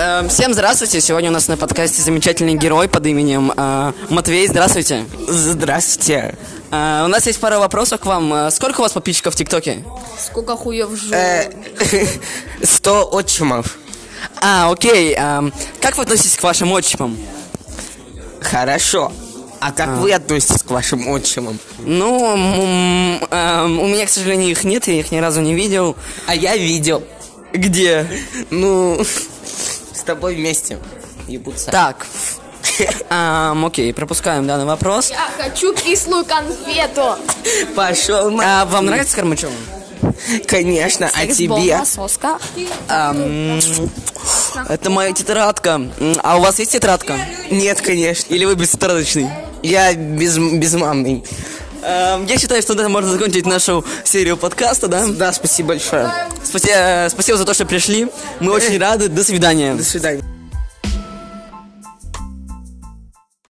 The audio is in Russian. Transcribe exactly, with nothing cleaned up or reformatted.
Эм, Всем здравствуйте. Сегодня у нас на подкасте замечательный герой под именем э, Матвей. Здравствуйте. Здравствуйте. Э, у нас есть пара вопросов к вам. Э, Сколько у вас подписчиков в ТикТоке? Сколько хуев в жопу? Э, Сто отчимов. А, окей. Эм, Как вы относитесь к вашим отчимам? Хорошо. А как вы относитесь к вашим отчимам? Ну, м, эм, у меня, к сожалению, их нет, я их ни разу не видел. А я видел. Где? Ну, с тобой вместе. Ебутся. Так. Эм, Окей, пропускаем данный вопрос. Я хочу кислую конфету. Пошел А на... вам нравится Кормачева? Конечно, а тебе? Соска. Эм, Это моя тетрадка. М, А у вас есть тетрадка? Нет, конечно. Или вы бестетрадочный? Я без, безмамный. Эм, Я считаю, что на этом можно закончить нашу серию подкаста, да? Да, спасибо большое. Спаси- э, Спасибо за то, что пришли. Мы очень рады. До свидания. До свидания.